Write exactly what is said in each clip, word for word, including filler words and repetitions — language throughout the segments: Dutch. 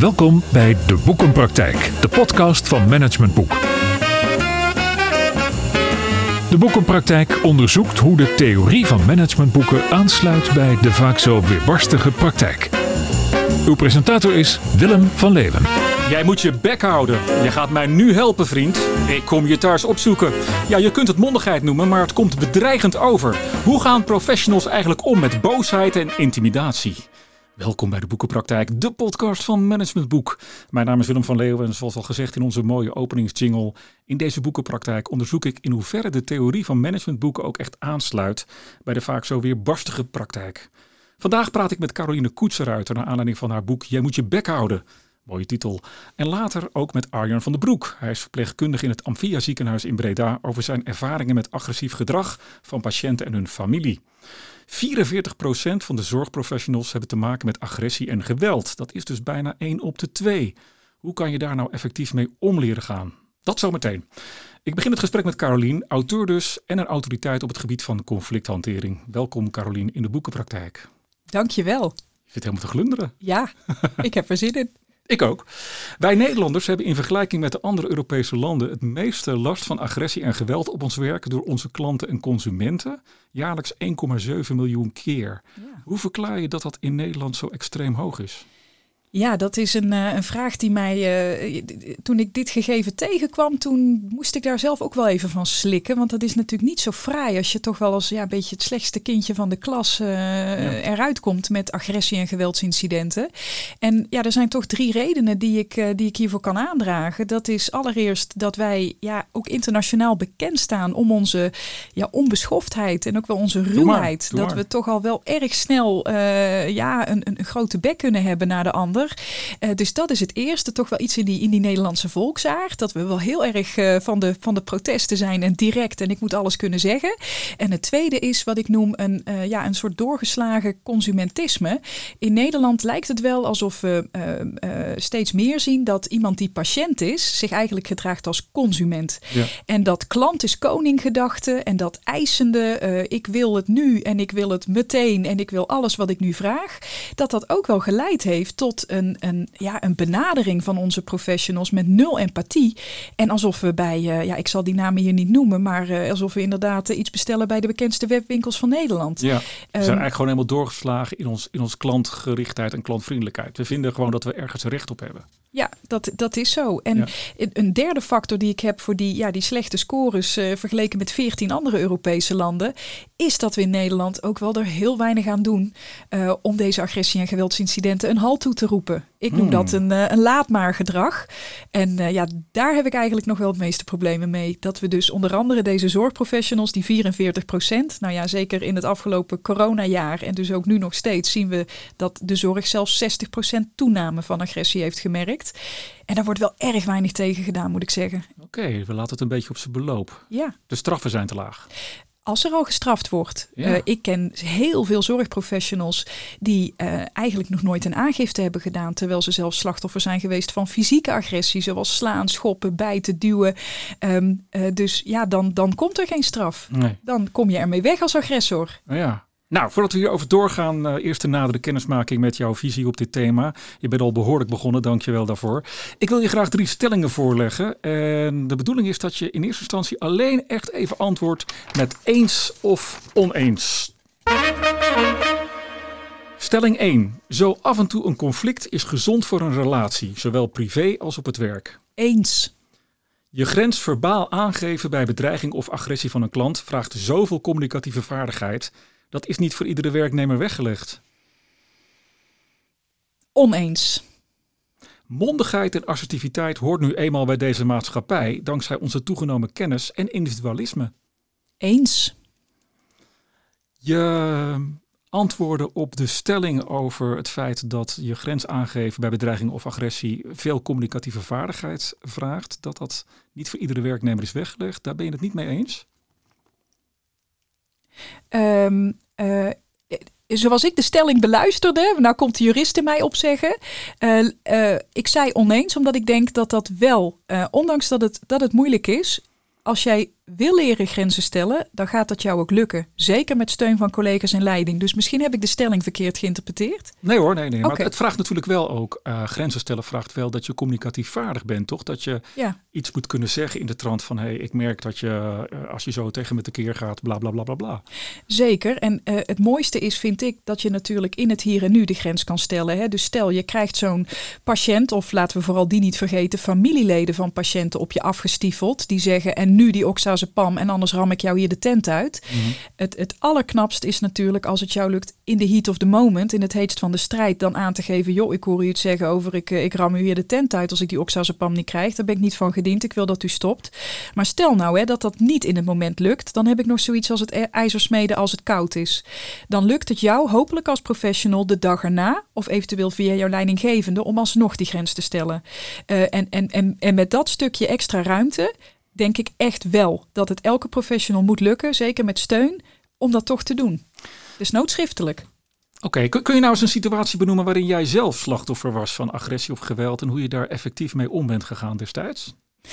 Welkom bij De Boekenpraktijk, de podcast van Management Boek. De Boekenpraktijk onderzoekt hoe de theorie van managementboeken aansluit bij de vaak zo weerbarstige praktijk. Uw presentator is Willem van Leeuwen. Jij moet je bek houden. Je gaat mij nu helpen, vriend. Ik kom je thuis opzoeken. Ja, je kunt het mondigheid noemen, maar het komt bedreigend over. Hoe gaan professionals eigenlijk om met boosheid en intimidatie? Welkom bij de Boekenpraktijk, de podcast van Management Boek. Mijn naam is Willem van Leeuwen en zoals al gezegd in onze mooie openingsjingle, in deze Boekenpraktijk onderzoek ik in hoeverre de theorie van managementboeken ook echt aansluit bij de vaak zo weerbarstige praktijk. Vandaag praat ik met Caroline Koetsenruiter naar aanleiding van haar boek Jij moet je bek houden. Mooie titel. En later ook met Arjan van den Broek. Hij is verpleegkundige in het Amphia ziekenhuis in Breda over zijn ervaringen met agressief gedrag van patiënten en hun familie. vierenveertig procent van de zorgprofessionals hebben te maken met agressie en geweld. Dat is dus bijna één op de twee. Hoe kan je daar nou effectief mee om leren gaan? Dat zometeen. Ik begin het gesprek met Caroline, auteur dus en een autoriteit op het gebied van conflicthantering. Welkom Caroline in de Boekenpraktijk. Dankjewel. Je zit helemaal te glunderen. Ja, ik heb er zin in. Ik ook. Wij Nederlanders hebben in vergelijking met de andere Europese landen het meeste last van agressie en geweld op ons werk door onze klanten en consumenten. Jaarlijks één komma zeven miljoen keer. Ja. Hoe verklaar je dat dat in Nederland zo extreem hoog is? Ja, dat is een, uh, een vraag die mij, uh, toen ik dit gegeven tegenkwam, toen moest ik daar zelf ook wel even van slikken. Want dat is natuurlijk niet zo fraai als je toch wel als ja, een beetje het slechtste kindje van de klas uh, ja. eruit komt met agressie- en geweldsincidenten. En ja, er zijn toch drie redenen die ik, uh, die ik hiervoor kan aandragen. Dat is allereerst dat wij ja, ook internationaal bekend staan om onze ja, onbeschoftheid en ook wel onze ruwheid. Doe maar, doe dat maar. We toch al wel erg snel uh, ja, een, een grote bek kunnen hebben naar de ander. Uh, dus dat is het eerste, toch wel iets in die, in die Nederlandse volksaard. Dat we wel heel erg uh, van, de, van de protesten zijn en direct en ik moet alles kunnen zeggen. En het tweede is wat ik noem een, uh, ja, een soort doorgeslagen consumentisme. In Nederland lijkt het wel alsof we uh, uh, steeds meer zien dat iemand die patiënt is zich eigenlijk gedraagt als consument. Ja. En dat klant is koning gedachte en dat eisende, uh, ik wil het nu en ik wil het meteen en ik wil alles wat ik nu vraag. Dat dat ook wel geleid heeft tot Een, een, ja, een benadering van onze professionals met nul empathie. En alsof we bij, uh, ja, ik zal die namen hier niet noemen, maar uh, alsof we inderdaad uh, iets bestellen bij de bekendste webwinkels van Nederland. Ja, we zijn um, eigenlijk gewoon helemaal doorgeslagen in ons, in ons klantgerichtheid en klantvriendelijkheid. We vinden gewoon dat we ergens recht op hebben. Ja, dat, dat is zo. En ja. een derde factor die ik heb voor die, ja, die slechte scores uh, vergeleken met veertien andere Europese landen, is dat we in Nederland ook wel er heel weinig aan doen uh, om deze agressie- en geweldsincidenten een halt toe te roepen. Ik noem hmm. dat een, uh, een laat maar gedrag. En uh, ja, daar heb ik eigenlijk nog wel het meeste problemen mee. Dat we dus onder andere deze zorgprofessionals, die vierenveertig procent, nou ja, zeker in het afgelopen coronajaar en dus ook nu nog steeds, zien we dat de zorg zelfs zestig procent toename van agressie heeft gemerkt. En daar wordt wel erg weinig tegen gedaan, moet ik zeggen. Oké, okay, we laten het een beetje op zijn beloop. Ja. De straffen zijn te laag. Als er al gestraft wordt. Ja. Uh, ik ken heel veel zorgprofessionals die uh, eigenlijk nog nooit een aangifte hebben gedaan, terwijl ze zelf slachtoffer zijn geweest van fysieke agressie, zoals slaan, schoppen, bijten, duwen. Um, uh, dus ja, dan, dan komt er geen straf. Nee. Dan kom je ermee weg als agressor. Ja. Nou, voordat we hierover doorgaan, uh, eerst een nadere kennismaking met jouw visie op dit thema. Je bent al behoorlijk begonnen, dank je wel daarvoor. Ik wil je graag drie stellingen voorleggen. En de bedoeling is dat je in eerste instantie alleen echt even antwoordt met eens of oneens. Stelling één. Zo af en toe een conflict is gezond voor een relatie, zowel privé als op het werk. Eens. Je grens verbaal aangeven bij bedreiging of agressie van een klant vraagt zoveel communicatieve vaardigheid. Dat is niet voor iedere werknemer weggelegd. Oneens. Mondigheid en assertiviteit hoort nu eenmaal bij deze maatschappij, dankzij onze toegenomen kennis en individualisme. Eens. Je antwoorden op de stelling over het feit dat je grens aangeven bij bedreiging of agressie veel communicatieve vaardigheid vraagt, dat dat niet voor iedere werknemer is weggelegd, daar ben je het niet mee eens? Um, uh, zoals ik de stelling beluisterde, nou komt de jurist in mij opzeggen. Uh, uh, ik zei oneens, omdat ik denk dat dat wel, uh, ondanks dat het, dat het moeilijk is, als jij wil leren grenzen stellen, dan gaat dat jou ook lukken. Zeker met steun van collega's en leiding. Dus misschien heb ik de stelling verkeerd geïnterpreteerd. Nee hoor, nee, nee. Okay. Maar het vraagt natuurlijk wel ook, uh, grenzen stellen vraagt wel dat je communicatief vaardig bent, toch? Dat je ja. iets moet kunnen zeggen in de trant van, hé, hey, ik merk dat je, uh, als je zo tegen me tekeer gaat, bla bla bla bla bla. Zeker. En uh, het mooiste is, vind ik, dat je natuurlijk in het hier en nu de grens kan stellen. Hè? Dus stel, je krijgt zo'n patiënt, of laten we vooral die niet vergeten, familieleden van patiënten op je afgestiefeld. Die zeggen, en nu die oxazepam en anders ram ik jou hier de tent uit. Mm-hmm. Het, het allerknapst is natuurlijk als het jou lukt in de heat of the moment, in het heetst van de strijd, dan aan te geven, joh, ik hoor u het zeggen over, ik, ik ram u hier de tent uit als ik die oxazepam niet krijg. Daar ben ik niet van gediend, ik wil dat u stopt. Maar stel nou hè, dat dat niet in het moment lukt, dan heb ik nog zoiets als het ijzer smeden als het koud is. Dan lukt het jou hopelijk als professional de dag erna, of eventueel via jouw leidinggevende, om alsnog die grens te stellen. Uh, en, en, en, en met dat stukje extra ruimte denk ik echt wel dat het elke professional moet lukken, zeker met steun, om dat toch te doen. Dus noodschriftelijk. Oké, okay, kun, kun je nou eens een situatie benoemen waarin jij zelf slachtoffer was van agressie of geweld en hoe je daar effectief mee om bent gegaan destijds?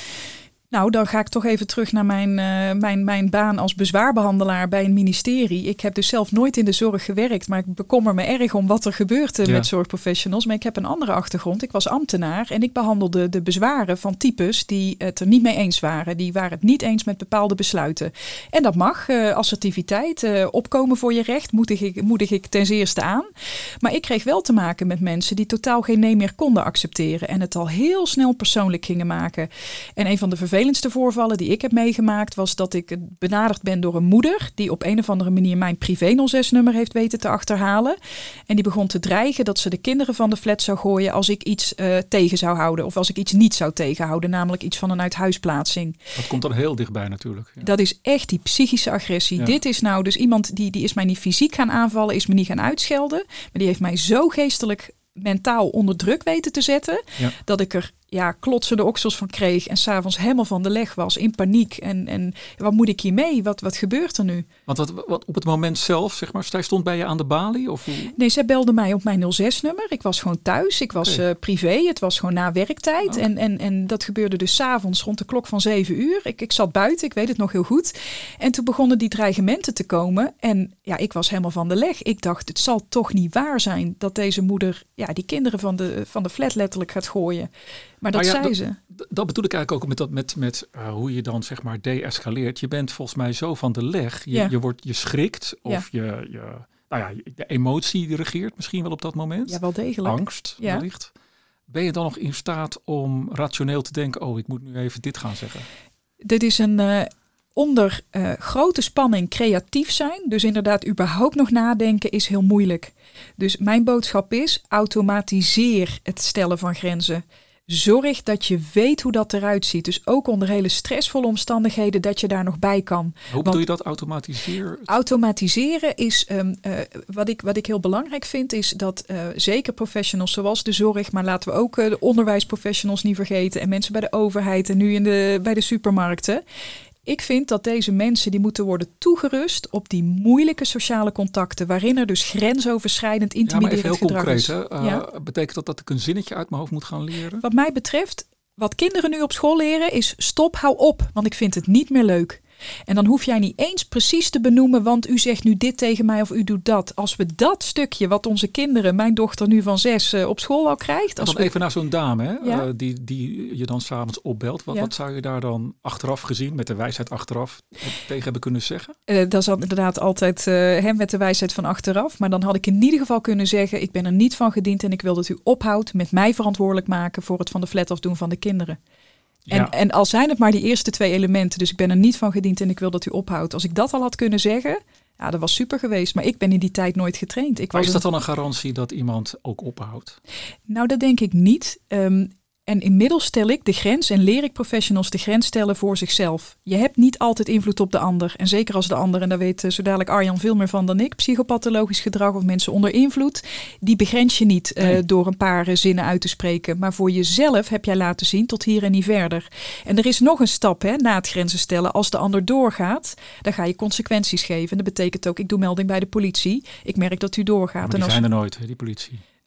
Nou, dan ga ik toch even terug naar mijn, uh, mijn, mijn baan als bezwaarbehandelaar bij een ministerie. Ik heb dus zelf nooit in de zorg gewerkt, maar ik bekommer me erg om wat er gebeurt uh, ja. met zorgprofessionals. Maar ik heb een andere achtergrond. Ik was ambtenaar en ik behandelde de bezwaren van types die het er niet mee eens waren. Die waren het niet eens met bepaalde besluiten. En dat mag, uh, assertiviteit, uh, opkomen voor je recht, moedig ik, moedig ik ten zeerste aan. Maar ik kreeg wel te maken met mensen die totaal geen nee meer konden accepteren en het al heel snel persoonlijk gingen maken. En een van de vervelendste De voorvallen die ik heb meegemaakt was dat ik benaderd ben door een moeder die op een of andere manier mijn privé nul zes nummer heeft weten te achterhalen. En die begon te dreigen dat ze de kinderen van de flat zou gooien als ik iets uh, tegen zou houden of als ik iets niet zou tegenhouden, namelijk iets van een uithuisplaatsing. Dat komt dan heel dichtbij natuurlijk. Ja. Dat is echt die psychische agressie. Ja. Dit is nou dus iemand die, die is mij niet fysiek gaan aanvallen, is me niet gaan uitschelden, maar die heeft mij zo geestelijk mentaal onder druk weten te zetten, ja. dat ik er ja, klotsende oksels van kreeg en 's avonds helemaal van de leg was, in paniek. En, en wat moet ik hiermee? Wat, wat gebeurt er nu? Want wat, wat op het moment zelf, zeg maar, zij stond bij je aan de balie? Of hoe? Nee, zij belde mij op mijn nul zes nummer. Ik was gewoon thuis. Ik was okay. uh, privé. Het was gewoon na werktijd. Okay. En, en, en dat gebeurde dus 's avonds rond de klok van zeven uur. Ik, ik zat buiten, ik weet het nog heel goed. En toen begonnen die dreigementen te komen. En ja, ik was helemaal van de leg. Ik dacht, het zal toch niet waar zijn dat deze moeder ja, die kinderen van de, van de flat letterlijk gaat gooien. Maar dat nou ja, zei ze. Dat, dat bedoel ik eigenlijk ook met, dat, met, met uh, hoe je dan zeg maar de-escaleert. Je bent volgens mij zo van de leg. Je, ja. je, wordt, je schrikt of ja. je, je, nou ja, de emotie die regeert misschien wel op dat moment. Ja, wel degelijk. Angst ja. wellicht. Ben je dan nog in staat om rationeel te denken, oh, ik moet nu even dit gaan zeggen? Dit is een... Uh, onder uh, grote spanning creatief zijn, dus inderdaad überhaupt nog nadenken, is heel moeilijk. Dus mijn boodschap is, automatiseer het stellen van grenzen. Zorg dat je weet hoe dat eruit ziet. Dus ook onder hele stressvolle omstandigheden dat je daar nog bij kan. Hoe bedoel je dat, automatiseren? Automatiseren is, um, uh, wat, ik, wat ik heel belangrijk vind, is dat uh, zeker professionals zoals de zorg, maar laten we ook uh, de onderwijsprofessionals niet vergeten en mensen bij de overheid en nu in de, bij de supermarkten. Ik vind dat deze mensen die moeten worden toegerust op die moeilijke sociale contacten, waarin er dus grensoverschrijdend intimiderend gedrag concreet, is. Hè? Uh, ja? Betekent dat dat ik een zinnetje uit mijn hoofd moet gaan leren? Wat mij betreft, wat kinderen nu op school leren is stop, hou op, want ik vind het niet meer leuk. En dan hoef jij niet eens precies te benoemen, want u zegt nu dit tegen mij of u doet dat. Als we dat stukje wat onze kinderen, mijn dochter nu van zes, uh, op school al krijgt. Als dan we... even naar zo'n dame, hè? Ja? Uh, die, die je dan 's avonds opbelt. Wat, ja. wat zou je daar dan achteraf gezien, met de wijsheid achteraf, tegen hebben kunnen zeggen? Uh, dat is inderdaad altijd uh, hem met de wijsheid van achteraf. Maar dan had ik in ieder geval kunnen zeggen, ik ben er niet van gediend en ik wil dat u ophoudt met mij verantwoordelijk maken voor het van de flat afdoen van de kinderen. En, ja. en al zijn het maar die eerste twee elementen, dus ik ben er niet van gediend en ik wil dat u ophoudt. Als ik dat al had kunnen zeggen, ja, dat was super geweest. Maar ik ben in die tijd nooit getraind. Ik maar was is dat een... dan een garantie dat iemand ook ophoudt? Nou, dat denk ik niet. Um, En inmiddels stel ik de grens en leer ik professionals de grens stellen voor zichzelf. Je hebt niet altijd invloed op de ander. En zeker als de ander, en daar weet zo dadelijk Arjan veel meer van dan ik, psychopathologisch gedrag of mensen onder invloed, die begrens je niet uh, nee. door een paar uh, zinnen uit te spreken. Maar voor jezelf heb jij laten zien tot hier en niet verder. En er is nog een stap hè, na het grenzen stellen. Als de ander doorgaat, dan ga je consequenties geven. En dat betekent ook, ik doe melding bij de politie. Ik merk dat u doorgaat. Maar die en als... zijn er nooit, hè, die politie.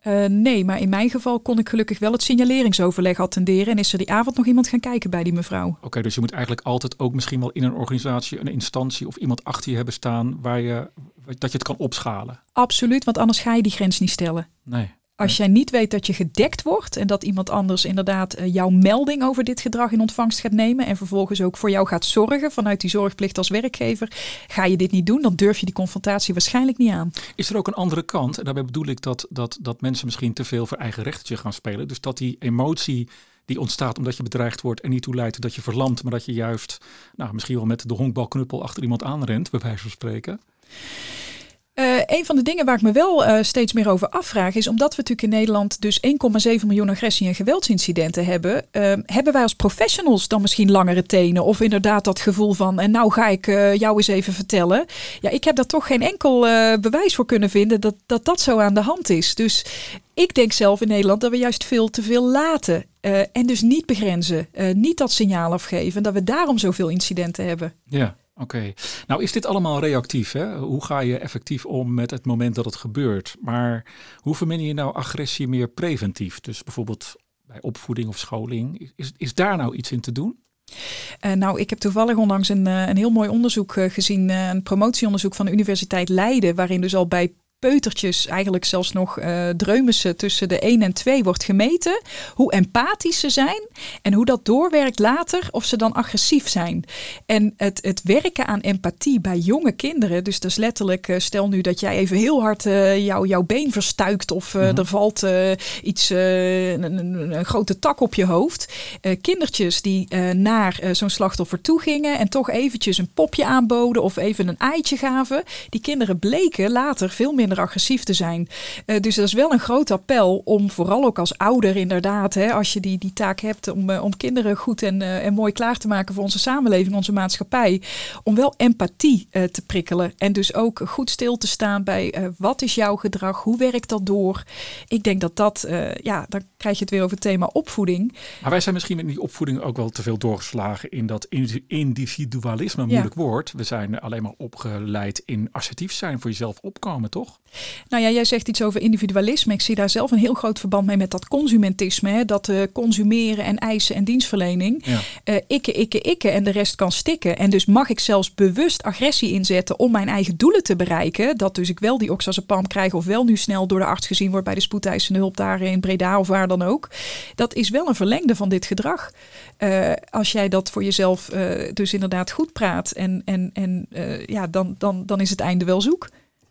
Uh, nee, maar in mijn geval kon ik gelukkig wel het signaleringsoverleg attenderen en is er die avond nog iemand gaan kijken bij die mevrouw. Oké, okay, dus je moet eigenlijk altijd ook misschien wel in een organisatie, een instantie of iemand achter je hebben staan waar je, dat je het kan opschalen. Absoluut, want anders ga je die grens niet stellen. Nee. Als jij niet weet dat je gedekt wordt en dat iemand anders inderdaad uh, jouw melding over dit gedrag in ontvangst gaat nemen en vervolgens ook voor jou gaat zorgen vanuit die zorgplicht als werkgever, ga je dit niet doen, dan durf je die confrontatie waarschijnlijk niet aan. Is er ook een andere kant? En daarbij bedoel ik dat, dat, dat mensen misschien te veel voor eigen rechtertje gaan spelen. Dus dat die emotie die ontstaat omdat je bedreigd wordt en niet toe leidt dat je verlamt, maar dat je juist nou, misschien wel met de honkbalknuppel achter iemand aanrent, bij wijze van spreken. Uh, een van de dingen waar ik me wel uh, steeds meer over afvraag is, omdat we natuurlijk in Nederland dus één komma zeven miljoen agressie- en geweldsincidenten hebben, uh, hebben wij als professionals dan misschien langere tenen of inderdaad dat gevoel van en nou ga ik uh, jou eens even vertellen. Ja, ik heb daar toch geen enkel uh, bewijs voor kunnen vinden dat, dat dat zo aan de hand is. Dus ik denk zelf in Nederland dat we juist veel te veel laten uh, en dus niet begrenzen, uh, niet dat signaal afgeven en dat we daarom zoveel incidenten hebben. Ja. Oké, okay. Nou is dit allemaal reactief, hè? Hoe ga je effectief om met het moment dat het gebeurt? Maar hoe verminder je nou agressie meer preventief? Dus bijvoorbeeld bij opvoeding of scholing. Is, is daar nou iets in te doen? Uh, nou, ik heb toevallig onlangs een, uh, een heel mooi onderzoek uh, gezien, uh, een promotieonderzoek van de Universiteit Leiden, waarin dus al bij peutertjes, eigenlijk zelfs nog uh, dreumissen tussen de één en twee wordt gemeten. Hoe empathisch ze zijn en hoe dat doorwerkt later of ze dan agressief zijn. En het, het werken aan empathie bij jonge kinderen, dus dat is letterlijk, uh, stel nu dat jij even heel hard uh, jou, jouw been verstuikt of uh, mm-hmm. er valt uh, iets, uh, een, een, een grote tak op je hoofd. Uh, kindertjes die uh, naar uh, zo'n slachtoffer toe gingen en toch eventjes een popje aanboden of even een eitje gaven. Die kinderen bleken later veel minder agressief te zijn. Uh, dus dat is wel een groot appel om vooral ook als ouder inderdaad, hè, als je die, die taak hebt om, uh, om kinderen goed en, uh, en mooi klaar te maken voor onze samenleving, onze maatschappij, om wel empathie uh, te prikkelen en dus ook goed stil te staan bij uh, wat is jouw gedrag, hoe werkt dat door? Ik denk dat dat, uh, ja, dan krijg je het weer over het thema opvoeding. Maar wij zijn misschien in die opvoeding ook wel te veel doorgeslagen in dat individualisme, een moeilijk ja. woord. We zijn alleen maar opgeleid in assertief zijn, voor jezelf opkomen, toch? Nou ja, jij zegt iets over individualisme. Ik zie daar zelf een heel groot verband mee met dat consumentisme. Hè? Dat uh, consumeren en eisen en dienstverlening. Ja. Uh, ikke, ikke, ikke en de rest kan stikken. En dus mag ik zelfs bewust agressie inzetten om mijn eigen doelen te bereiken. Dat dus ik wel die oxazepam krijg of wel nu snel door de arts gezien wordt bij de spoedeisende hulp daar in Breda of waar dan ook. Dat is wel een verlengde van dit gedrag. Uh, als jij dat voor jezelf uh, dus inderdaad goed praat en, en, en uh, ja, dan, dan, dan is het einde wel zoek.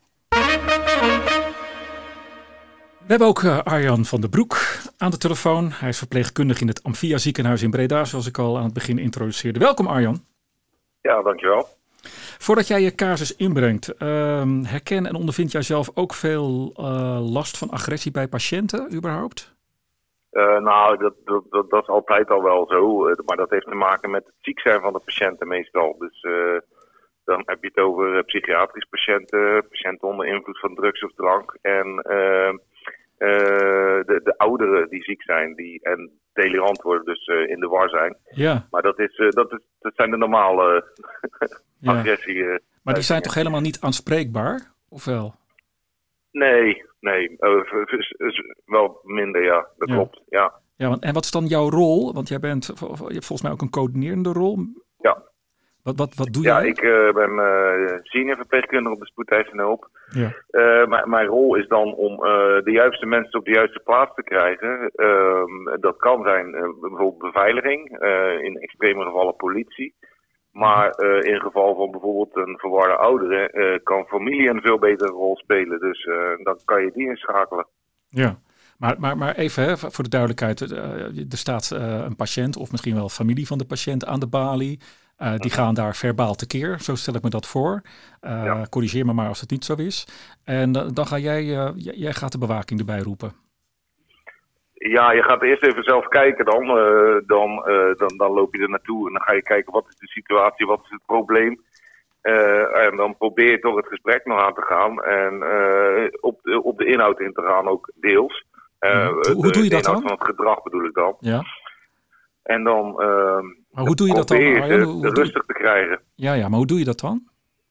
We hebben ook uh, Arjan van der Broek aan de telefoon. Hij is verpleegkundige in het Amphia ziekenhuis in Breda, zoals ik al aan het begin introduceerde. Welkom Arjan. Ja, dankjewel. Voordat jij je casus inbrengt, uh, herken en ondervind jij zelf ook veel uh, last van agressie bij patiënten überhaupt? Uh, nou, dat, dat, dat, dat is altijd al wel zo, uh, maar dat heeft te maken met het ziek zijn van de patiënten meestal. Dus uh, dan heb je het over uh, psychiatrische patiënten, patiënten onder invloed van drugs of drank en uh, uh, de, de ouderen die ziek zijn die, en delirant worden, dus uh, in de war zijn. Ja. Maar dat, is, uh, dat, is, dat zijn de normale uh, agressie. Uh, maar die zijn toch helemaal niet aanspreekbaar, of wel? Nee, nee. Uh, wel minder, ja. Dat ja. klopt, ja. Ja, want, en wat is dan jouw rol? Want jij bent, je hebt volgens mij ook een coördinerende rol. Ja. Wat, wat, wat doe ja, jij? Ja, ik uh, ben uh, senior verpleegkundige op de spoedeisende hulp. Ja. Uh, maar, mijn rol is dan om uh, de juiste mensen op de juiste plaats te krijgen. Uh, dat kan zijn uh, bijvoorbeeld beveiliging, uh, in extreme gevallen politie. Maar uh, in geval van bijvoorbeeld een verwarde oudere uh, kan familie een veel betere rol spelen. Dus uh, dan kan je die inschakelen. Ja, maar, maar, maar even hè, voor de duidelijkheid. Uh, er staat uh, een patiënt of misschien wel familie van de patiënt aan de balie. Uh, die gaan daar verbaal tekeer, zo stel ik me dat voor. Uh, ja. Corrigeer me maar als het niet zo is. En uh, dan ga jij, uh, j- jij gaat de bewaking erbij roepen. Ja, je gaat eerst even zelf kijken dan. Uh, dan, uh, dan. Dan loop je er naartoe en dan ga je kijken wat is de situatie, wat is het probleem. Uh, en dan probeer je toch het gesprek nog aan te gaan. En uh, op, de, op de inhoud in te gaan ook deels. Uh, ja. Hoe, hoe doe je dat dan? De inhoud van het gedrag bedoel ik dan. Ja. En dan uh, maar hoe doe je dat dan, Arjan? Hoe, hoe rustig je... te krijgen. Ja, ja, maar hoe doe je dat dan?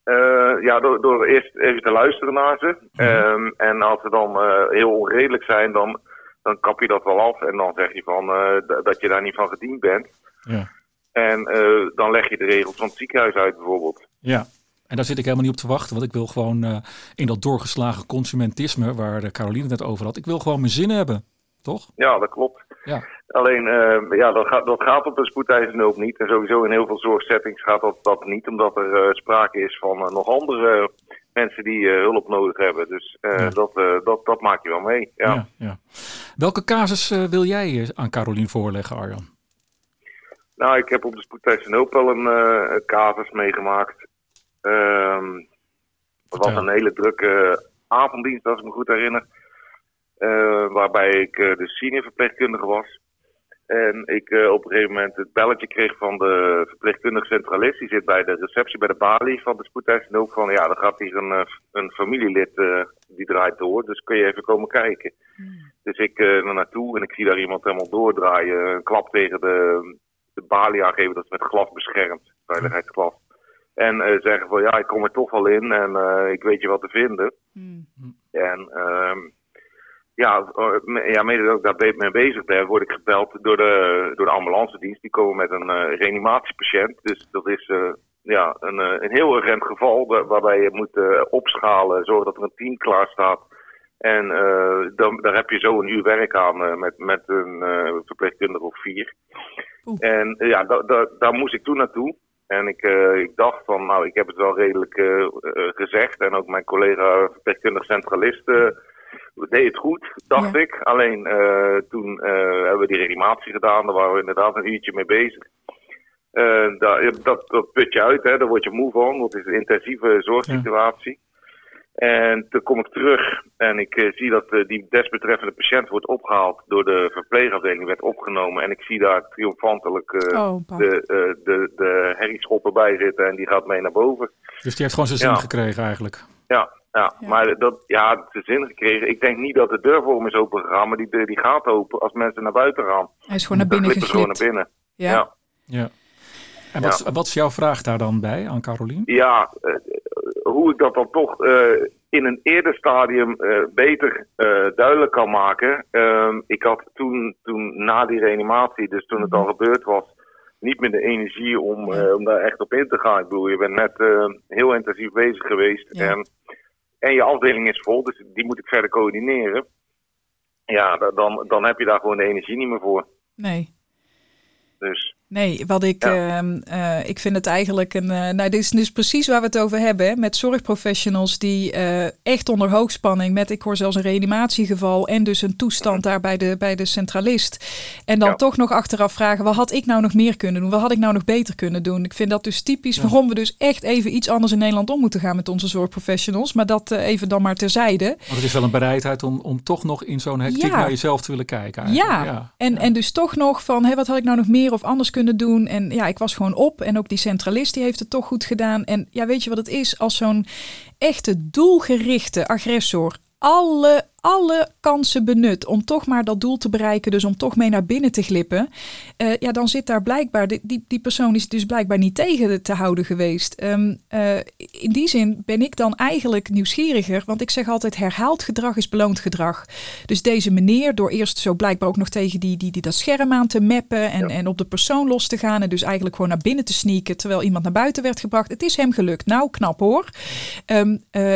Uh, ja, door, door eerst even te luisteren naar ze. Mm-hmm. Um, en als ze dan uh, heel onredelijk zijn, dan, dan kap je dat wel af. En dan zeg je van uh, d- dat je daar niet van gediend bent. Ja. En uh, dan leg je de regels van het ziekenhuis uit bijvoorbeeld. Ja, en daar zit ik helemaal niet op te wachten. Want ik wil gewoon uh, in dat doorgeslagen consumentisme, waar Caroline het net over had. Ik wil gewoon mijn zin hebben, toch? Ja, dat klopt. Ja. Alleen, uh, ja, dat gaat, dat gaat op de spoedeisende hulp niet. En sowieso in heel veel zorgsettings gaat dat, dat niet. Omdat er uh, sprake is van uh, nog andere uh, mensen die uh, hulp nodig hebben. Dus uh, ja. dat, uh, dat, dat maak je wel mee. Ja. Ja, ja. Welke casus uh, wil jij aan Caroline voorleggen, Arjan? Nou, ik heb op de spoedeisende hulp wel een uh, casus meegemaakt. Um, dat was een hele drukke avonddienst, als ik me goed herinner. Uh, waarbij ik uh, de senior verpleegkundige was. En ik uh, op een gegeven moment het belletje kreeg van de verpleegkundige centralist. Die zit bij de receptie bij de balie van de spoedeisende hulp. Van ja, er gaat hier een, een familielid uh, die draait door. Dus kun je even komen kijken. Mm. Dus ik uh, er naartoe en ik zie daar iemand helemaal doordraaien. Een klap tegen de, de balie aangeven. Dat is met glas beschermd. Veiligheidsglas. En uh, zeggen van ja, ik kom er toch wel in. En uh, ik weet je wat te vinden. Mm. En... Uh, Ja, ja, mede dat ik daar mee bezig ben, word ik gebeld door de, door de ambulancedienst. Die komen met een uh, reanimatiepatiënt. Dus dat is uh, ja, een, uh, een heel urgent geval waar, waarbij je moet uh, opschalen, zorgen dat er een team klaar staat. En uh, dan, daar heb je zo een uur werk aan uh, met, met een uh, verpleegkundige of vier. Oeh. En uh, ja, da, da, daar moest ik toen naartoe. En ik, uh, ik dacht van, nou, ik heb het wel redelijk uh, uh, gezegd. En ook mijn collega verpleegkundige centralist... Uh, deed het goed, dacht ja. ik. Alleen uh, toen uh, hebben we die reanimatie gedaan. Daar waren we inderdaad een uurtje mee bezig. Uh, dat, dat, dat put je uit, hè. Daar word je moe van. Dat is een intensieve zorgsituatie. Ja. En toen kom ik terug en ik uh, zie dat uh, die desbetreffende patiënt wordt opgehaald door de verpleegafdeling, werd opgenomen. En ik zie daar triomfantelijk uh, oh, de, uh, de, de herrieschoppen bij zitten en die gaat mee naar boven. Dus die heeft gewoon zijn zin ja. gekregen eigenlijk. Ja. Ja, ja, maar dat, ja, het is zin gekregen. Ik denk niet dat de deur voor hem is open gegaan, maar die deur die gaat open als mensen naar buiten gaan. Hij is gewoon naar binnen geglipt. gewoon naar binnen. Ja. ja. ja. En wat, ja. wat is jouw vraag daar dan bij aan Caroline? Ja, uh, hoe ik dat dan toch uh, in een eerder stadium uh, beter uh, duidelijk kan maken. Uh, ik had toen, toen na die reanimatie, dus toen het al gebeurd was, niet meer de energie om, uh, om daar echt op in te gaan. Ik bedoel, je bent net uh, heel intensief bezig geweest. Ja. En, en je afdeling is vol, dus die moet ik verder coördineren. Ja, dan, dan heb je daar gewoon de energie niet meer voor. Nee. Dus... Nee, wat ik, ja. uh, uh, ik vind het eigenlijk een... Uh, nou, dit is dus precies waar we het over hebben. Hè, met zorgprofessionals die uh, echt onder hoogspanning... met, ik hoor zelfs een reanimatiegeval... en dus een toestand daar bij de, bij de centralist. En dan ja. toch nog achteraf vragen... wat had ik nou nog meer kunnen doen? Wat had ik nou nog beter kunnen doen? Ik vind dat dus typisch ja. waarom we dus echt even iets anders in Nederland om moeten gaan... met onze zorgprofessionals. Maar dat uh, even dan maar terzijde. Want het is wel een bereidheid om, om toch nog in zo'n hectiek ja. naar jezelf te willen kijken. Ja, ja. En, ja. en dus toch nog van... Hé, wat had ik nou nog meer of anders kunnen doen. En ja, ik was gewoon op. En ook die centralist die heeft het toch goed gedaan. En ja, weet je wat het is? Als zo'n echte doelgerichte agressor alle, alle kansen benut om toch maar dat doel te bereiken, dus om toch mee naar binnen te glippen, uh, ja, dan zit daar blijkbaar, die, die, die persoon is dus blijkbaar niet tegen te houden geweest. Um, uh, in die zin ben ik dan eigenlijk nieuwsgieriger, want ik zeg altijd herhaald gedrag is beloond gedrag. Dus deze meneer, door eerst zo blijkbaar ook nog tegen die, die, die dat scherm aan te mappen en, ja. en op de persoon los te gaan en dus eigenlijk gewoon naar binnen te sneaken, terwijl iemand naar buiten werd gebracht. Het is hem gelukt. Nou, knap hoor. Um, uh,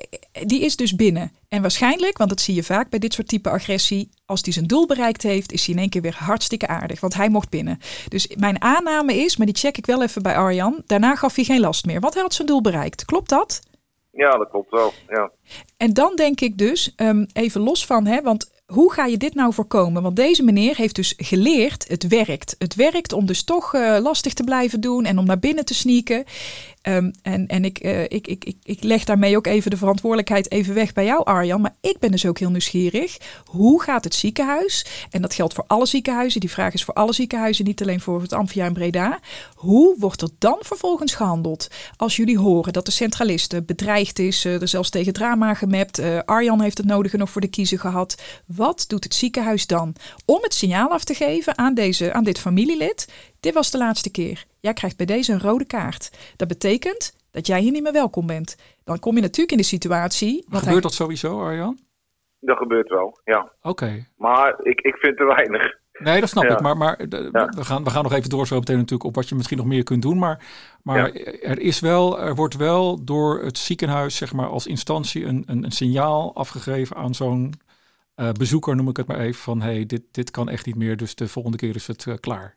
Die is dus binnen. En waarschijnlijk, want dat zie je vaak bij dit soort type agressie, als die zijn doel bereikt heeft, is hij in één keer weer hartstikke aardig. Want hij mocht binnen. Dus mijn aanname is, maar die check ik wel even bij Arjan, daarna gaf hij geen last meer. Want hij had zijn doel bereikt. Klopt dat? Ja, dat klopt wel. Ja. En dan denk ik dus, um, even los van, hè, want hoe ga je dit nou voorkomen? Want deze meneer heeft dus geleerd, het werkt. Het werkt om dus toch uh, lastig te blijven doen en om naar binnen te sneaken. Um, en en ik, uh, ik, ik, ik, ik leg daarmee ook even de verantwoordelijkheid even weg bij jou, Arjan. Maar ik ben dus ook heel nieuwsgierig. Hoe gaat het ziekenhuis? En dat geldt voor alle ziekenhuizen. Die vraag is voor alle ziekenhuizen, niet alleen voor het Amphia in Breda. Hoe wordt er dan vervolgens gehandeld? Als jullie horen dat de centraliste bedreigd is, uh, er zelfs tegen drama gemapt. Uh, Arjan heeft het nodige nog voor de kiezer gehad. Wat doet het ziekenhuis dan? Om het signaal af te geven aan, deze, aan dit familielid. Dit was de laatste keer. Jij krijgt bij deze een rode kaart. Dat betekent, dat jij hier niet meer welkom bent. Dan kom je natuurlijk in de situatie... Maar gebeurt hij... dat sowieso, Arjan? Dat gebeurt wel, ja. Oké. Okay. Maar ik, ik vind te weinig. Nee, dat snap ja. ik. Maar, maar de, ja. we, gaan, we gaan nog even door zo meteen natuurlijk op wat je misschien nog meer kunt doen. Maar, maar ja. er, is wel, er wordt wel door het ziekenhuis, zeg maar, als instantie een, een, een signaal afgegeven aan zo'n uh, bezoeker, noem ik het maar even, van hey, dit, dit kan echt niet meer, dus de volgende keer is het uh, klaar.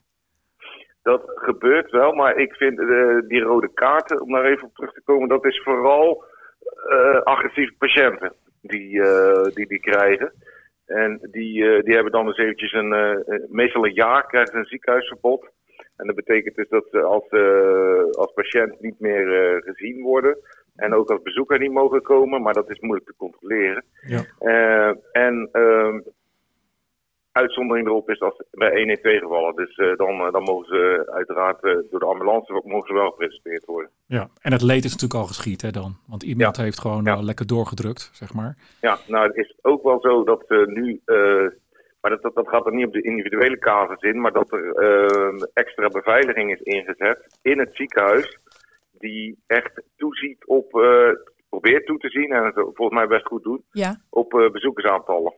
Dat gebeurt wel, maar ik vind uh, die rode kaarten, om daar even op terug te komen, dat is vooral uh, agressieve patiënten die, uh, die die krijgen. En die, uh, die hebben dan dus eventjes een, uh, meestal een jaar krijgen ze een ziekenhuisverbod. En dat betekent dus dat ze als, uh, als patiënt niet meer uh, gezien worden. En ook als bezoeker niet mogen komen, maar dat is moeilijk te controleren. Ja. Uh, en uh, uitzondering erop is als bij een een twee gevallen. Dus uh, dan, uh, dan mogen ze uiteraard uh, door de ambulance mogen ze wel gepresenteerd worden. Ja, en het leed is natuurlijk al geschied hè dan. Want iemand ja. heeft gewoon ja. uh, lekker doorgedrukt, zeg maar. Ja, nou het is ook wel zo dat uh, nu... Uh, maar dat, dat, dat gaat er niet op de individuele casus in, maar dat er uh, extra beveiliging is ingezet in het ziekenhuis. Die echt toeziet op, uh, probeert toe te zien en het volgens mij best goed doet, ja. op uh, bezoekersaantallen.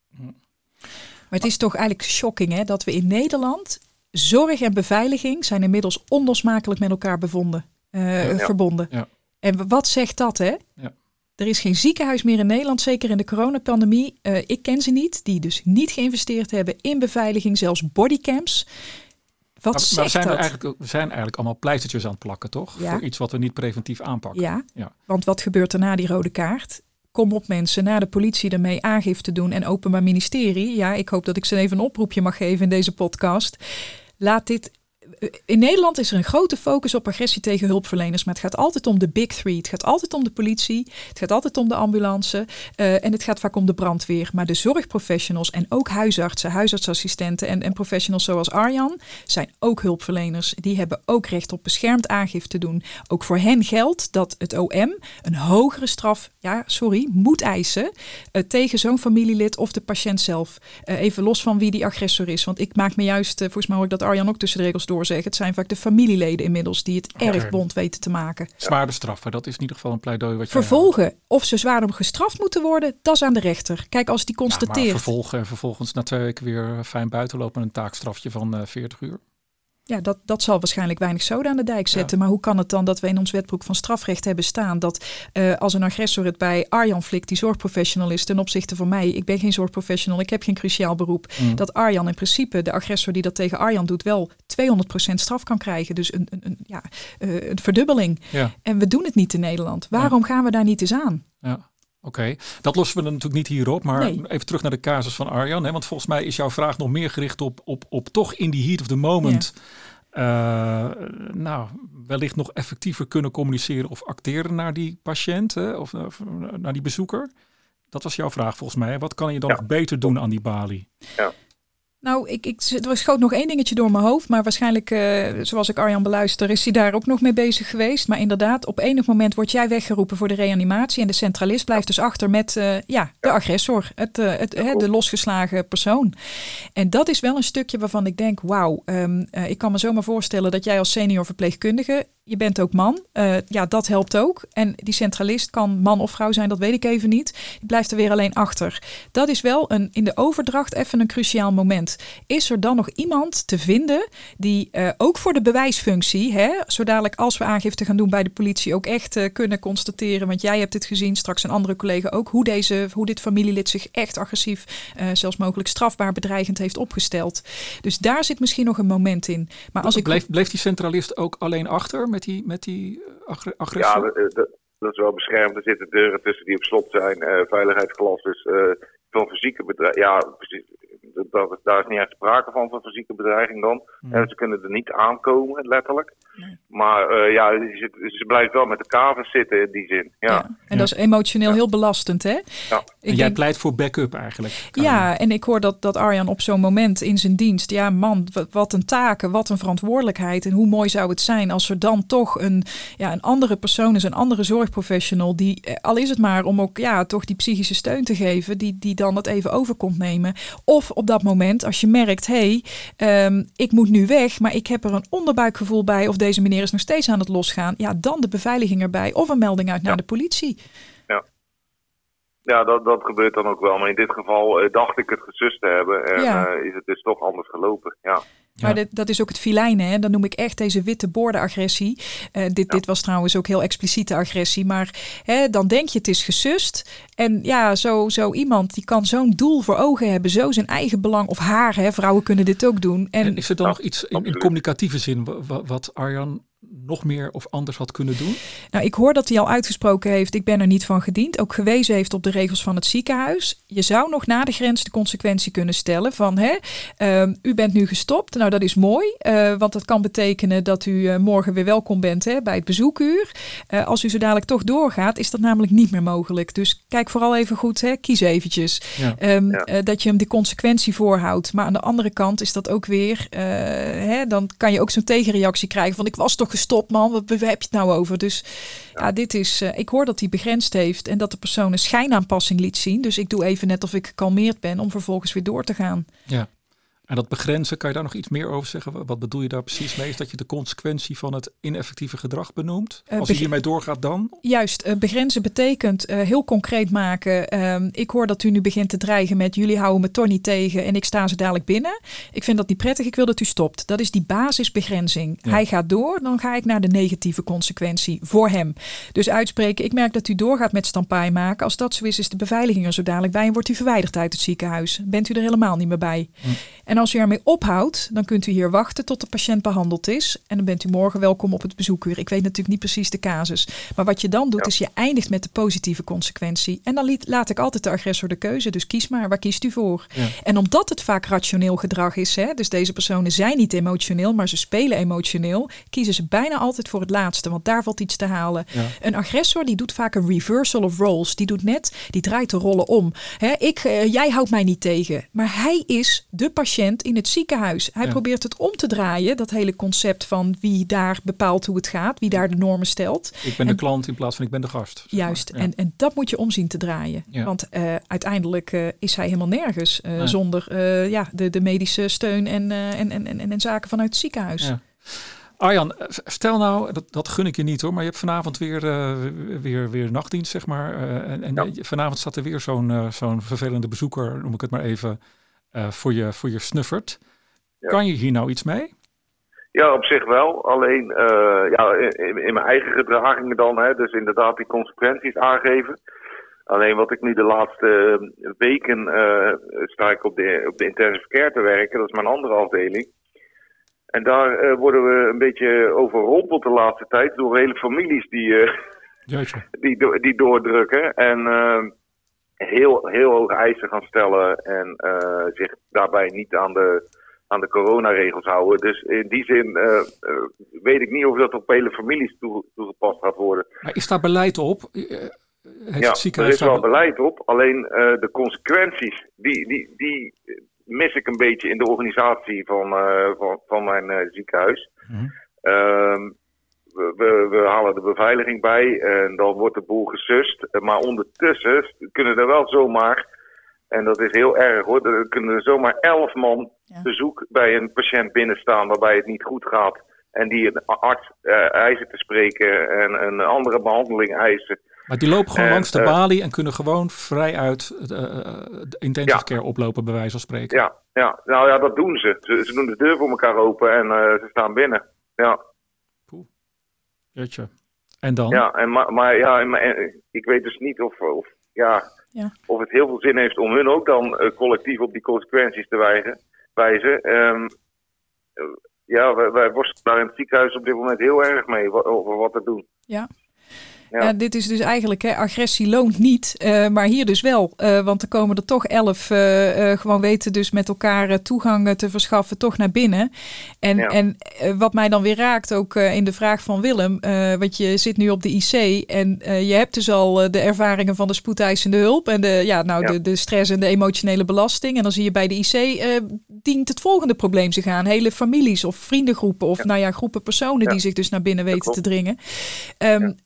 Maar het is toch eigenlijk shocking hè, dat we in Nederland, zorg en beveiliging zijn inmiddels onlosmakelijk met elkaar bevonden, uh, ja. verbonden. Ja. En wat zegt dat hè? Ja. Er is geen ziekenhuis meer in Nederland, zeker in de coronapandemie. Uh, ik ken ze niet, die dus niet geïnvesteerd hebben in beveiliging, zelfs bodycams. Wat maar, zegt maar we zijn dat? Er eigenlijk, we zijn eigenlijk allemaal pleistertjes aan het plakken, toch? Ja. Voor iets wat we niet preventief aanpakken. Ja, ja, want wat gebeurt er na die rode kaart? Kom op mensen, naar de politie ermee aangifte doen en Openbaar Ministerie. Ja, ik hoop dat ik ze even een oproepje mag geven in deze podcast. Laat dit... In Nederland is er een grote focus op agressie tegen hulpverleners. Maar het gaat altijd om de big three. Het gaat altijd om de politie. Het gaat altijd om de ambulance. Uh, en het gaat vaak om de brandweer. Maar de zorgprofessionals en ook huisartsen, huisartsassistenten en, en professionals zoals Arjan zijn ook hulpverleners. Die hebben ook recht op beschermd aangifte doen. Ook voor hen geldt dat het O M een hogere straf, ja, sorry, moet eisen uh, tegen zo'n familielid of de patiënt zelf. Uh, even los van wie die agressor is. Want ik maak me juist, uh, volgens mij hoor ik dat Arjan ook tussen de regels door zeggen. Het zijn vaak de familieleden inmiddels die het erg okay. bond weten te maken. Zwaarder straffen, dat is in ieder geval een pleidooi wat je... Vervolgen, of ze zwaarder gestraft moeten worden, dat is aan de rechter. Kijk, als die constateert... Ja, maar vervolgen en vervolgens na twee weken weer fijn buiten lopen met een taakstrafje van uh, veertig uur. Ja, dat, dat zal waarschijnlijk weinig zoden aan de dijk zetten. Ja. Maar hoe kan het dan dat we in ons wetboek van strafrecht hebben staan dat uh, als een agressor het bij Arjan flikt, die zorgprofessional is, ten opzichte van mij, ik ben geen zorgprofessional, ik heb geen cruciaal beroep, mm. dat Arjan in principe, de agressor die dat tegen Arjan doet, wel tweehonderd procent straf kan krijgen. Dus een, een, een, ja, uh, een verdubbeling. Ja. En we doen het niet in Nederland. Waarom ja. gaan we daar niet eens aan? Ja. Oké, okay. Dat lossen we dan natuurlijk niet hierop, maar nee. even terug naar de casus van Arjan. Hè? Want volgens mij is jouw vraag nog meer gericht op, op, op toch in die heat of the moment... Ja. Uh, nou, wellicht nog effectiever kunnen communiceren of acteren naar die patiënt hè, of, of naar die bezoeker. Dat was jouw vraag volgens mij. Wat kan je dan ja. nog beter doen aan die balie? Ja. Nou, ik, ik, er schoot nog één dingetje door mijn hoofd. Maar waarschijnlijk, uh, zoals ik Arjan beluister, is hij daar ook nog mee bezig geweest. Maar inderdaad, op enig moment word jij weggeroepen voor de reanimatie. En de centralist blijft dus achter met uh, ja, de agressor. Het, uh, het, uh, de losgeslagen persoon. En dat is wel een stukje waarvan ik denk, wauw. Um, uh, ik kan me zomaar voorstellen dat jij als senior verpleegkundige... Je bent ook man. Uh, ja, dat helpt ook. En die centralist kan man of vrouw zijn, dat weet ik even niet. Die blijft er weer alleen achter. Dat is wel een, in de overdracht even een cruciaal moment. Is er dan nog iemand te vinden die uh, ook voor de bewijsfunctie, hè, zo dadelijk als we aangifte gaan doen bij de politie, ook echt uh, kunnen constateren, want jij hebt het gezien, straks een andere collega ook, hoe, deze, hoe dit familielid zich echt agressief, uh, zelfs mogelijk strafbaar bedreigend heeft opgesteld. Dus daar zit misschien nog een moment in. Maar als ik... bleef, bleef die centralist ook alleen achter met die, met die agressor? Ja, dat, dat, dat is wel beschermd. Er zitten deuren tussen die op slot zijn, uh, veiligheidsglas, dus uh, van fysieke bedreiging. Ja, precies. Dat, daar is niet echt sprake van, van fysieke bedreiging dan. Mm. En ze kunnen er niet aankomen, letterlijk. Nee. Maar uh, ja, ze, ze blijft wel met de kavers zitten in die zin. Ja. Ja, en ja. dat is emotioneel ja. heel belastend, hè? Ja. En jij denk... pleit voor backup eigenlijk. Ja, en ik hoor dat, dat Arjan op zo'n moment in zijn dienst... Ja, man, wat een taken, wat een verantwoordelijkheid. En hoe mooi zou het zijn als er dan toch een, ja, een andere persoon is, een andere zorgprofessional... die, al is het maar om ook ja, toch die psychische steun te geven... die, die dan het even over komt nemen. Of op op dat moment, als je merkt, hé, hey, um, ik moet nu weg, maar ik heb er een onderbuikgevoel bij of deze meneer is nog steeds aan het losgaan. Ja, dan de beveiliging erbij of een melding uit ja. naar de politie. Ja, ja dat, dat gebeurt dan ook wel. Maar in dit geval uh, dacht ik het gesust te hebben en ja. uh, is het dus toch anders gelopen. Ja. Maar ja. dit, dat is ook het filijne, hè? Dan noem ik echt deze witte boordenagressie. Uh, dit, ja. dit was trouwens ook heel expliciete agressie. Maar hè, dan denk je het is gesust. En ja, zo, zo iemand die kan zo'n doel voor ogen hebben. Zo zijn eigen belang of haar. Hè? Vrouwen kunnen dit ook doen. En, en is er dan ja, nog iets in, in communicatieve zin wat Arjan nog meer of anders had kunnen doen? Nou, ik hoor dat hij al uitgesproken heeft, ik ben er niet van gediend. Ook gewezen heeft op de regels van het ziekenhuis. Je zou nog na de grens de consequentie kunnen stellen van, hè, uh, u bent nu gestopt. Nou, dat is mooi, uh, want dat kan betekenen dat u uh, morgen weer welkom bent hè, bij het bezoekuur. Uh, als u zo dadelijk toch doorgaat, is dat namelijk niet meer mogelijk. Dus kijk vooral even goed, hè, kies eventjes. Ja. Um, ja. uh, dat je hem de consequentie voorhoudt. Maar aan de andere kant is dat ook weer, uh, hè, dan kan je ook zo'n tegenreactie krijgen van, ik was toch gestopt, man, wat heb je het nou over? Dus ja, ja dit is, uh, ik hoor dat hij begrensd heeft en dat de persoon een schijnaanpassing liet zien. Dus ik doe even net of ik gekalmeerd ben om vervolgens weer door te gaan. Ja. En dat begrenzen, kan je daar nog iets meer over zeggen? Wat bedoel je daar precies mee? Is dat je de consequentie van het ineffectieve gedrag benoemt? Als uh, beg- je hiermee doorgaat dan? Juist, uh, begrenzen betekent uh, heel concreet maken. Uh, ik hoor dat u nu begint te dreigen met jullie houden me toch niet tegen en ik sta ze dadelijk binnen. Ik vind dat niet prettig, ik wil dat u stopt. Dat is die basisbegrenzing. Ja. Hij gaat door, dan ga ik naar de negatieve consequentie voor hem. Dus uitspreken, ik merk dat u doorgaat met stampaai maken. Als dat zo is, is de beveiliging er zo dadelijk bij en wordt u verwijderd uit het ziekenhuis. Bent u er helemaal niet meer bij. Hm. En als u ermee ophoudt, dan kunt u hier wachten tot de patiënt behandeld is. En dan bent u morgen welkom op het bezoekuur. Ik weet natuurlijk niet precies de casus. Maar wat je dan doet, ja. is je eindigt met de positieve consequentie. En dan liet, laat ik altijd de agressor de keuze. Dus kies maar, waar kiest u voor? Ja. En omdat het vaak rationeel gedrag is, hè, dus deze personen zijn niet emotioneel, maar ze spelen emotioneel, kiezen ze bijna altijd voor het laatste. Want daar valt iets te halen. Ja. Een agressor die doet vaak een reversal of roles. Die doet net, die draait de rollen om. Hè, ik, uh, jij houdt mij niet tegen. Maar hij is de patiënt in het ziekenhuis. Hij ja. probeert het om te draaien, dat hele concept van wie daar bepaalt hoe het gaat, wie daar de normen stelt. Ik ben en, de klant in plaats van ik ben de gast. Juist, ja. en, en dat moet je omzien te draaien. Ja. Want uh, uiteindelijk uh, is hij helemaal nergens uh, nee. zonder uh, ja, de, de medische steun en, uh, en, en, en, en zaken vanuit het ziekenhuis. Ja. Arjan, stel nou, dat, dat gun ik je niet hoor, maar je hebt vanavond weer, uh, weer, weer nachtdienst, zeg maar. Uh, en en ja. vanavond staat er weer zo'n, uh, zo'n vervelende bezoeker, noem ik het maar even, Uh, voor, je, voor je snuffert. Ja. Kan je hier nou iets mee? Ja, op zich wel. Alleen uh, ja, in, in mijn eigen gedragingen dan. Hè, dus inderdaad die consequenties aangeven. Alleen wat ik nu de laatste uh, weken uh, sta ik op de, op de intensive care te werken. Dat is mijn andere afdeling. En daar uh, worden we een beetje overrompeld de laatste tijd door hele families die, uh, die, do- die doordrukken. En Uh, heel, heel hoge eisen gaan stellen en uh, zich daarbij niet aan de, aan de coronaregels houden. Dus in die zin uh, uh, weet ik niet of dat op hele families toe, toegepast gaat worden. Maar is daar beleid op? Uh, ja, er is wel beleid op. Alleen uh, de consequenties, die, die, die mis ik een beetje in de organisatie van, uh, van, van mijn uh, ziekenhuis. Mm-hmm. Uh, We, we, we halen de beveiliging bij en dan wordt de boel gesust. Maar ondertussen kunnen er wel zomaar, en dat is heel erg hoor, er kunnen er zomaar elf man ja. bezoek bij een patiënt binnenstaan waarbij het niet goed gaat. En die een arts uh, eisen te spreken en een andere behandeling eisen. Maar die lopen gewoon en, langs de uh, balie en kunnen gewoon vrij uit uh, de intensive ja. care oplopen, bij wijze van spreken. Ja, ja, nou ja, dat doen ze. Ze, ze doen de deur voor elkaar open en uh, ze staan binnen. Ja. Jeetje. En dan? Ja, en maar, maar ja, maar, ik weet dus niet of, of, ja, ja. of het heel veel zin heeft om hun ook dan uh, collectief op die consequenties te wijzen. wijzen. Um, uh, ja, wij, wij worstelen daar in het ziekenhuis op dit moment heel erg mee over wat te doen. Ja. Ja. Ja, dit is dus eigenlijk, hè, agressie loont niet, uh, maar hier dus wel. Uh, want er komen er toch elf uh, uh, gewoon weten dus met elkaar uh, toegang uh, te verschaffen, toch naar binnen. En, ja. en uh, wat mij dan weer raakt, ook uh, in de vraag van Willem, uh, want je zit nu op de I C en uh, je hebt dus al uh, de ervaringen van de spoedeisende hulp en de, ja, nou, ja. de, de stress en de emotionele belasting. En dan zie je bij de I C uh, dient het volgende probleem zich aan. Hele families of vriendengroepen of ja. nou ja, groepen personen ja. die zich dus naar binnen weten te dringen. Um, ja.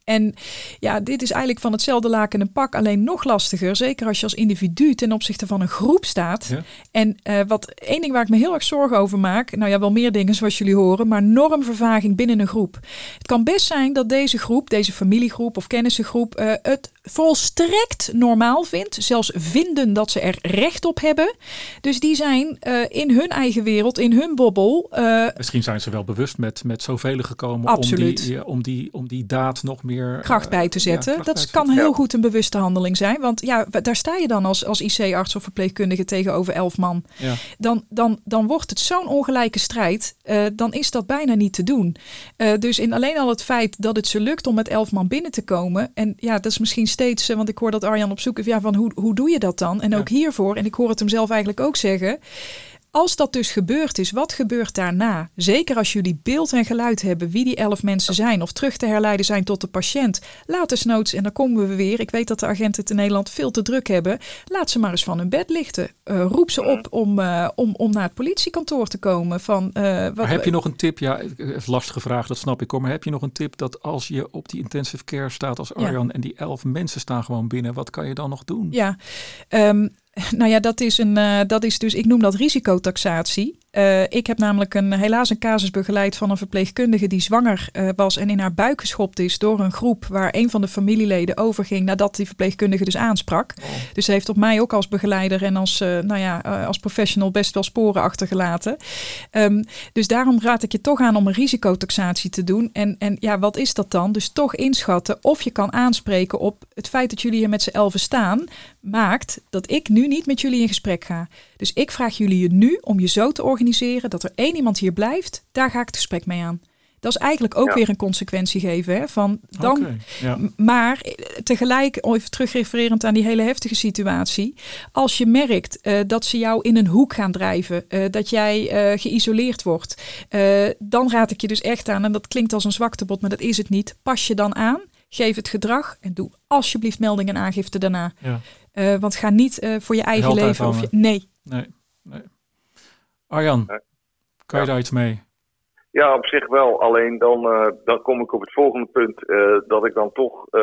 En ja, dit is eigenlijk van hetzelfde laken een pak, alleen nog lastiger. Zeker als je als individu ten opzichte van een groep staat. Ja. En uh, wat één ding waar ik me heel erg zorgen over maak, nou ja, wel meer dingen zoals jullie horen, maar normvervaging binnen een groep. Het kan best zijn dat deze groep, deze familiegroep of kennissengroep, uh, het volstrekt normaal vindt. Zelfs vinden dat ze er recht op hebben. Dus die zijn uh, in hun eigen wereld, in hun bobbel. Uh, Misschien zijn ze wel bewust met, met zoveel gekomen absoluut. om die, om, die, om die daad nog meer kracht bij te zetten. Ja, dat bij kan heel goed een bewuste handeling zijn. Want ja, daar sta je dan als, als I C-arts of verpleegkundige tegenover elf man. Ja. Dan, dan, dan wordt het zo'n ongelijke strijd. Uh, dan is dat bijna niet te doen. Uh, dus in alleen al het feit dat het ze lukt om met elf man binnen te komen. En ja, dat is misschien steeds, want ik hoor dat Arjan op zoek is, ja, van hoe, hoe doe je dat dan? En ook ja. hiervoor, en ik hoor het hem zelf eigenlijk ook zeggen. Als dat dus gebeurd is, wat gebeurt daarna? Zeker als jullie beeld en geluid hebben wie die elf mensen zijn of terug te herleiden zijn tot de patiënt. Laat desnoods, en dan komen we weer, ik weet dat de agenten het in Nederland veel te druk hebben. Laat ze maar eens van hun bed lichten. Uh, roep ze op om, uh, om, om naar het politiekantoor te komen. Van, uh, wat, maar heb je nog een tip? Ja, lastige vraag, dat snap ik hoor. Maar heb je nog een tip dat als je op die intensive care staat als Arjan ja. en die elf mensen staan gewoon binnen, wat kan je dan nog doen? Ja, um, nou ja, dat is, een, uh, dat is dus, ik noem dat risicotaxatie. Uh, ik heb namelijk een, helaas een casus begeleid van een verpleegkundige die zwanger uh, was en in haar buik geschopt is door een groep waar een van de familieleden overging nadat die verpleegkundige dus aansprak. Oh. Dus ze heeft op mij ook als begeleider en als, uh, nou ja, uh, als professional best wel sporen achtergelaten. Um, dus daarom raad ik je toch aan om een risicotaxatie te doen. En, en ja, wat is dat dan? Dus toch inschatten of je kan aanspreken op het feit dat jullie hier met z'n elfen staan, maakt dat ik nu niet met jullie in gesprek ga. Dus ik vraag jullie nu om je zo te organiseren dat er één iemand hier blijft. Daar ga ik het gesprek mee aan. Dat is eigenlijk ook ja. weer een consequentie geven. Hè, van dan, okay, ja. Maar tegelijk, even terugrefererend aan die hele heftige situatie. Als je merkt uh, dat ze jou in een hoek gaan drijven. Uh, dat jij uh, geïsoleerd wordt. Uh, dan raad ik je dus echt aan. En dat klinkt als een zwaktebod, maar dat is het niet. Pas je dan aan. Geef het gedrag. En doe alsjeblieft melding en aangifte daarna. Ja. Uh, want ga niet uh, voor je eigen Held leven. Of je, nee. Nee, nee. Arjan, nee. kan je ja. daar iets mee? Ja, op zich wel. Alleen dan, uh, dan kom ik op het volgende punt. Uh, dat ik dan toch uh,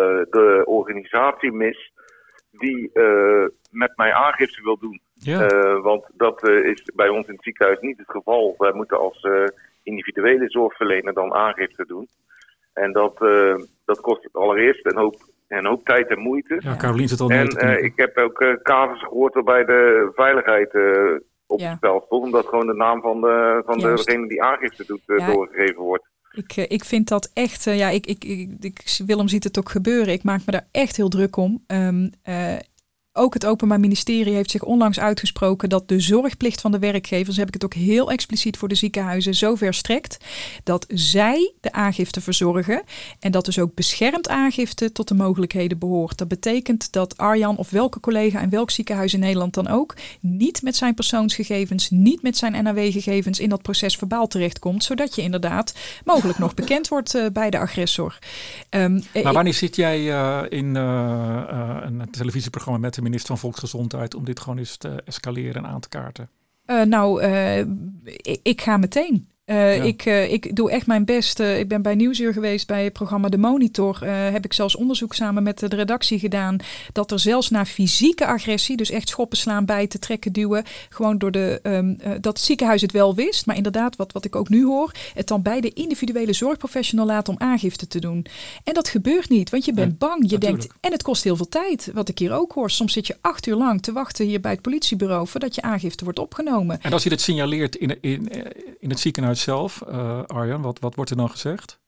de organisatie mis die uh, met mij aangifte wil doen. Ja. Uh, want dat uh, is bij ons in het ziekenhuis niet het geval. Wij moeten als uh, individuele zorgverlener dan aangifte doen. En dat, uh, dat kost allereerst een hoop, een hoop tijd en moeite. Ja, Carolien zit al En uh, ik heb ook uh, casussen gehoord waarbij de veiligheid uh, opgesteld ja. wordt. Omdat gewoon de naam van, de, van degene die aangifte doet uh, ja. doorgegeven wordt. Ik, uh, ik vind dat echt, uh, ja, ik, ik, ik, ik, Willem ziet het ook gebeuren. Ik maak me daar echt heel druk om. Um, uh, Ook het Openbaar Ministerie heeft zich onlangs uitgesproken dat de zorgplicht van de werkgevers, heb ik het ook heel expliciet voor de ziekenhuizen, zo ver strekt dat zij de aangifte verzorgen en dat dus ook beschermd aangifte tot de mogelijkheden behoort. Dat betekent dat Arjan of welke collega in welk ziekenhuis in Nederland dan ook niet met zijn persoonsgegevens, niet met zijn N A W-gegevens in dat proces verbaal terechtkomt, zodat je inderdaad mogelijk nog bekend wordt uh, bij de agressor. Um, maar wanneer ik, zit jij uh, in uh, uh, een televisieprogramma met de minister van Volksgezondheid om dit gewoon eens te escaleren en aan te kaarten? Uh, nou, uh, ik, ik ga meteen. Uh, ja. ik, uh, ik doe echt mijn best. Uh, ik ben bij Nieuwsuur geweest bij het programma De Monitor. Uh, heb ik zelfs onderzoek samen met de redactie gedaan. Dat er zelfs na fysieke agressie, dus echt schoppen, slaan, bijten, trekken, duwen. Gewoon door de, um, uh, dat het ziekenhuis het wel wist. Maar inderdaad, wat, wat ik ook nu hoor. Het dan bij de individuele zorgprofessional laat om aangifte te doen. En dat gebeurt niet, want je bent nee, bang. Je natuurlijk. denkt, en het kost heel veel tijd. Wat ik hier ook hoor. Soms zit je acht uur lang te wachten hier bij het politiebureau voordat je aangifte wordt opgenomen. En als je dit signaleert in, in, in het ziekenhuis zelf, uh, Arjan, wat, wat wordt er dan gezegd?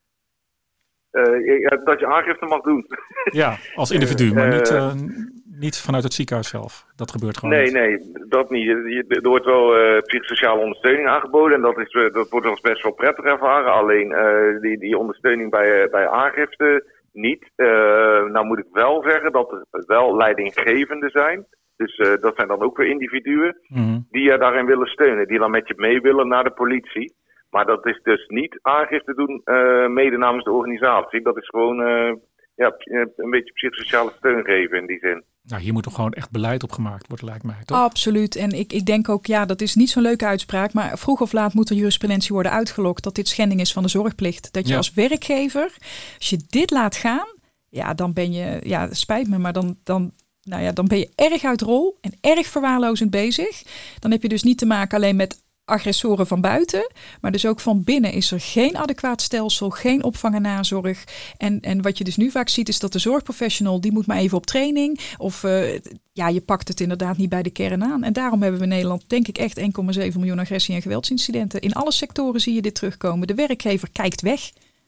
Uh, ja, dat je aangifte mag doen. Ja, als individu, uh, maar niet, uh, niet vanuit het ziekenhuis zelf. Dat gebeurt gewoon nee, niet. Nee, dat niet. Er wordt wel uh, psychosociale ondersteuning aangeboden en dat, is, uh, dat wordt ons best wel prettig ervaren. Alleen uh, die, die ondersteuning bij, uh, bij aangifte niet. Uh, nou moet ik wel zeggen dat er wel leidinggevenden zijn. Dus uh, dat zijn dan ook weer individuen mm-hmm. die je daarin willen steunen. Die dan met je mee willen naar de politie. Maar dat is dus niet aangifte doen uh, mede namens de organisatie. Dat is gewoon uh, ja, ja, een beetje psychosociale steun geven in die zin. Nou, hier moet toch gewoon echt beleid op gemaakt worden, lijkt mij, toch? Absoluut. En ik, ik denk ook, ja, dat is niet zo'n leuke uitspraak, maar vroeg of laat moet er jurisprudentie worden uitgelokt dat dit schending is van de zorgplicht. Dat je ja. als werkgever, als je dit laat gaan, ja, dan ben je, ja, spijt me, maar dan, dan, nou ja, dan ben je erg uit rol en erg verwaarlozend bezig. Dan heb je dus niet te maken alleen met agressoren van buiten, maar dus ook van binnen is er geen adequaat stelsel, geen opvang en nazorg. En, en wat je dus nu vaak ziet is dat de zorgprofessional, die moet maar even op training. Of uh, ja, je pakt het inderdaad niet bij de kern aan. En daarom hebben we in Nederland denk ik echt één komma zeven miljoen agressie- en geweldsincidenten. In alle sectoren zie je dit terugkomen. De werkgever kijkt weg.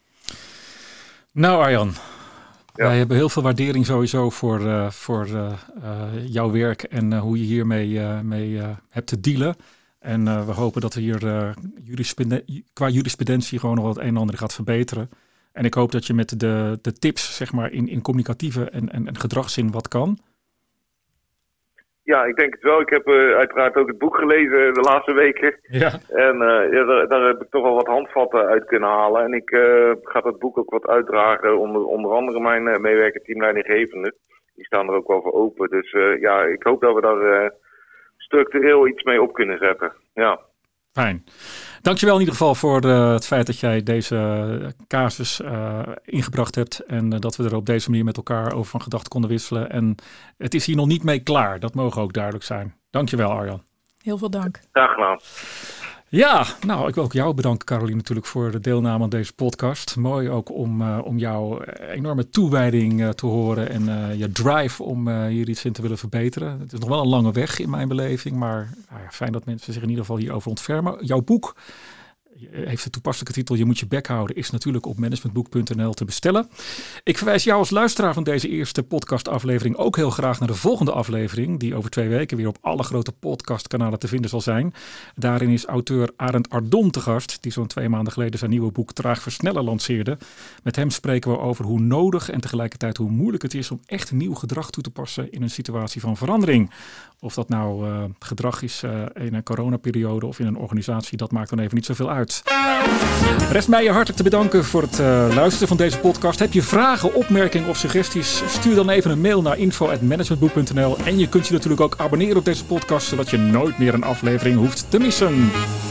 Nou Arjan, ja. wij hebben heel veel waardering sowieso voor, uh, voor uh, uh, jouw werk en uh, hoe je hiermee uh, mee, uh, hebt te dealen. En uh, we hopen dat er hier uh, jurisprudentie, qua jurisprudentie gewoon nog wat een en ander gaat verbeteren. En ik hoop dat je met de, de tips zeg maar, in, in communicatieve en, en, en gedragszin wat kan. Ja, ik denk het wel. Ik heb uh, uiteraard ook het boek gelezen de laatste weken. Ja. En uh, ja, daar, daar heb ik toch wel wat handvatten uit kunnen halen. En ik uh, ga dat boek ook wat uitdragen. Onder, onder andere mijn uh, meewerker teamleidinggevende. Die staan er ook wel voor open. Dus uh, ja, ik hoop dat we daar uh, structureel iets mee op kunnen zetten. Ja. Fijn. Dankjewel in ieder geval voor uh, het feit dat jij deze casus uh, ingebracht hebt. En uh, dat we er op deze manier met elkaar over van gedachten konden wisselen. En het is hier nog niet mee klaar. Dat mogen ook duidelijk zijn. Dankjewel Arjan. Heel veel dank. Graag gedaan. Ja, nou ik wil ook jou bedanken Caroline natuurlijk voor de deelname aan deze podcast. Mooi ook om, uh, om jouw enorme toewijding uh, te horen en uh, je drive om uh, hier iets in te willen verbeteren. Het is nog wel een lange weg in mijn beleving, maar nou ja, fijn dat mensen zich in ieder geval hierover ontfermen. Jouw boek heeft de toepasselijke titel Je moet je bek houden, is natuurlijk op managementboek punt n l te bestellen. Ik verwijs jou als luisteraar van deze eerste podcastaflevering ook heel graag naar de volgende aflevering, die over twee weken weer op alle grote podcastkanalen te vinden zal zijn. Daarin is auteur Arend Ardon te gast, die zo'n twee maanden geleden zijn nieuwe boek Traag versnellen lanceerde. Met hem spreken we over hoe nodig en tegelijkertijd hoe moeilijk het is om echt nieuw gedrag toe te passen in een situatie van verandering. Of dat nou uh, gedrag is uh, in een coronaperiode of in een organisatie, dat maakt dan even niet zoveel uit. Rest mij je hartelijk te bedanken voor het uh, luisteren van deze podcast. Heb je vragen, opmerkingen of suggesties? Stuur dan even een mail naar info at managementboek punt n l. En je kunt je natuurlijk ook abonneren op deze podcast, zodat je nooit meer een aflevering hoeft te missen.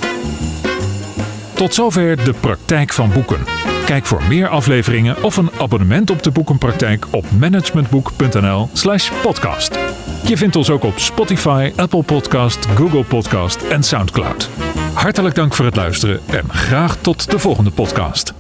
Tot zover de praktijk van boeken. Kijk voor meer afleveringen of een abonnement op de boekenpraktijk op managementboek punt n l slash podcast. Je vindt ons ook op Spotify, Apple Podcast, Google Podcast en Soundcloud. Hartelijk dank voor het luisteren en graag tot de volgende podcast.